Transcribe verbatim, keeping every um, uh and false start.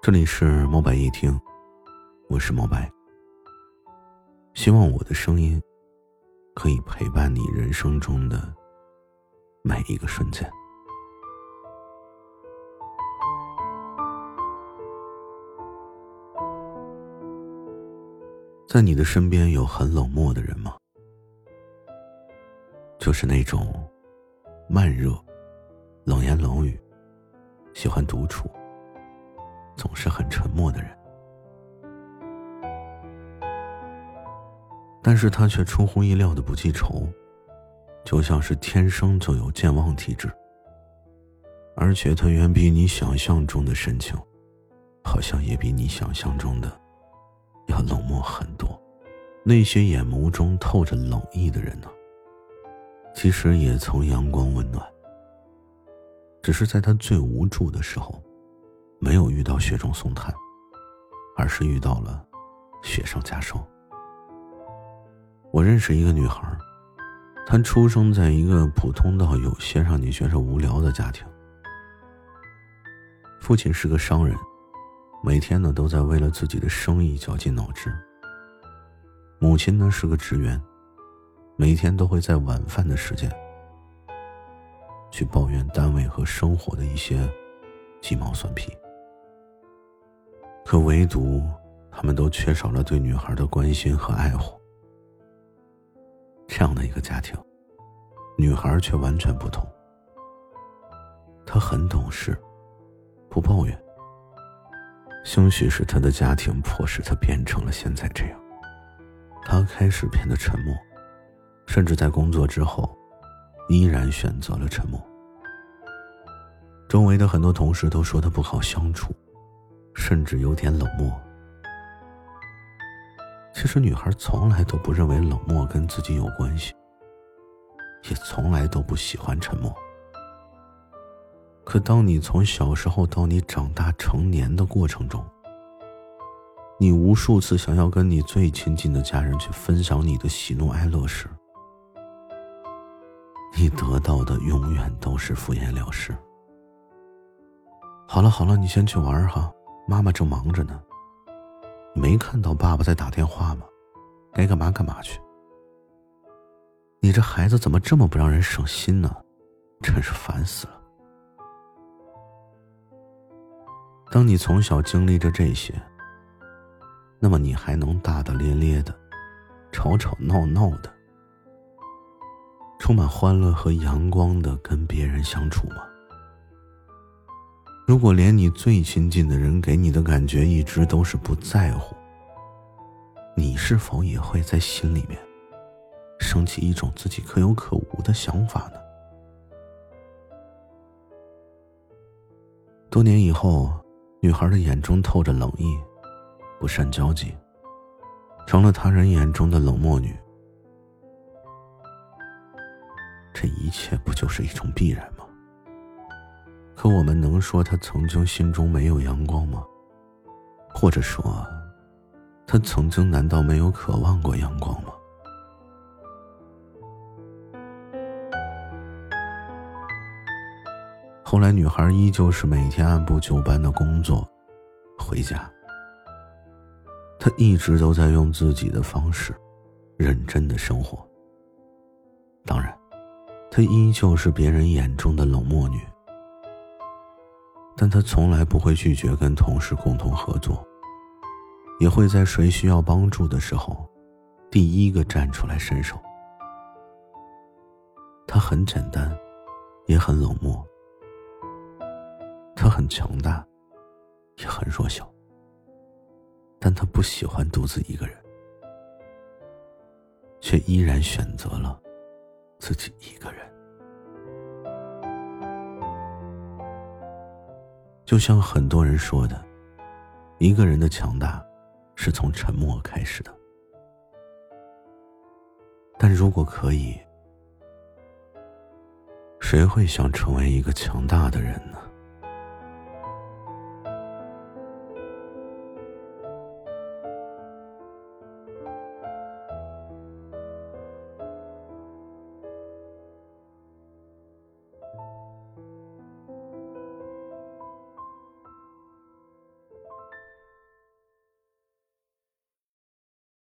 这里是猫白夜听，我是猫白。希望我的声音可以陪伴你人生中的每一个瞬间。在你的身边有很冷漠的人吗？就是那种慢热、冷言冷语、喜欢独处、总是很沉默的人，但是他却出乎意料的不记仇，就像是天生就有健忘体质，而且他远比你想象中的深情，好像也比你想象中的要冷漠很多。那些眼眸中透着冷意的人呢，其实也曾阳光温暖，只是在他最无助的时候没有遇到雪中送炭，而是遇到了雪上加霜。我认识一个女孩，她出生在一个普通到有些让你觉得无聊的家庭。父亲是个商人，每天呢都在为了自己的生意绞尽脑汁。母亲呢是个职员，每天都会在晚饭的时间去抱怨单位和生活的一些鸡毛蒜皮。可唯独他们都缺少了对女孩的关心和爱护。这样的一个家庭，女孩却完全不同。她很懂事，不抱怨。兴许是她的家庭迫使她变成了现在这样。她开始变得沉默，甚至在工作之后依然选择了沉默。周围的很多同事都说她不好相处，甚至有点冷漠。其实女孩从来都不认为冷漠跟自己有关系，也从来都不喜欢沉默。可当你从小时候到你长大成年的过程中，你无数次想要跟你最亲近的家人去分享你的喜怒哀乐时，你得到的永远都是敷衍了事。好了好了，你先去玩哈，妈妈正忙着呢。你没看到爸爸在打电话吗？该干嘛干嘛去。你这孩子怎么这么不让人省心呢？真是烦死了。当你从小经历着这些，那么你还能大大咧咧的、吵吵闹闹的、充满欢乐和阳光的跟别人相处吗？如果连你最亲近的人给你的感觉一直都是不在乎，你是否也会在心里面升起一种自己可有可无的想法呢？多年以后，女孩的眼中透着冷意，不善交际，成了他人眼中的冷漠女。这一切不就是一种必然吗？可我们能说她曾经心中没有阳光吗？或者说她曾经难道没有渴望过阳光吗？后来女孩依旧是每天按部就班的工作回家，她一直都在用自己的方式认真的生活。当然她依旧是别人眼中的冷漠女，但她从来不会拒绝跟同事共同合作，也会在谁需要帮助的时候第一个站出来伸手。她很简单，也很冷漠。她很强大，也很弱小，但她不喜欢独自一个人，却依然选择了自己一个人。就像很多人说的，一个人的强大是从沉默开始的。但如果可以，谁会想成为一个强大的人呢？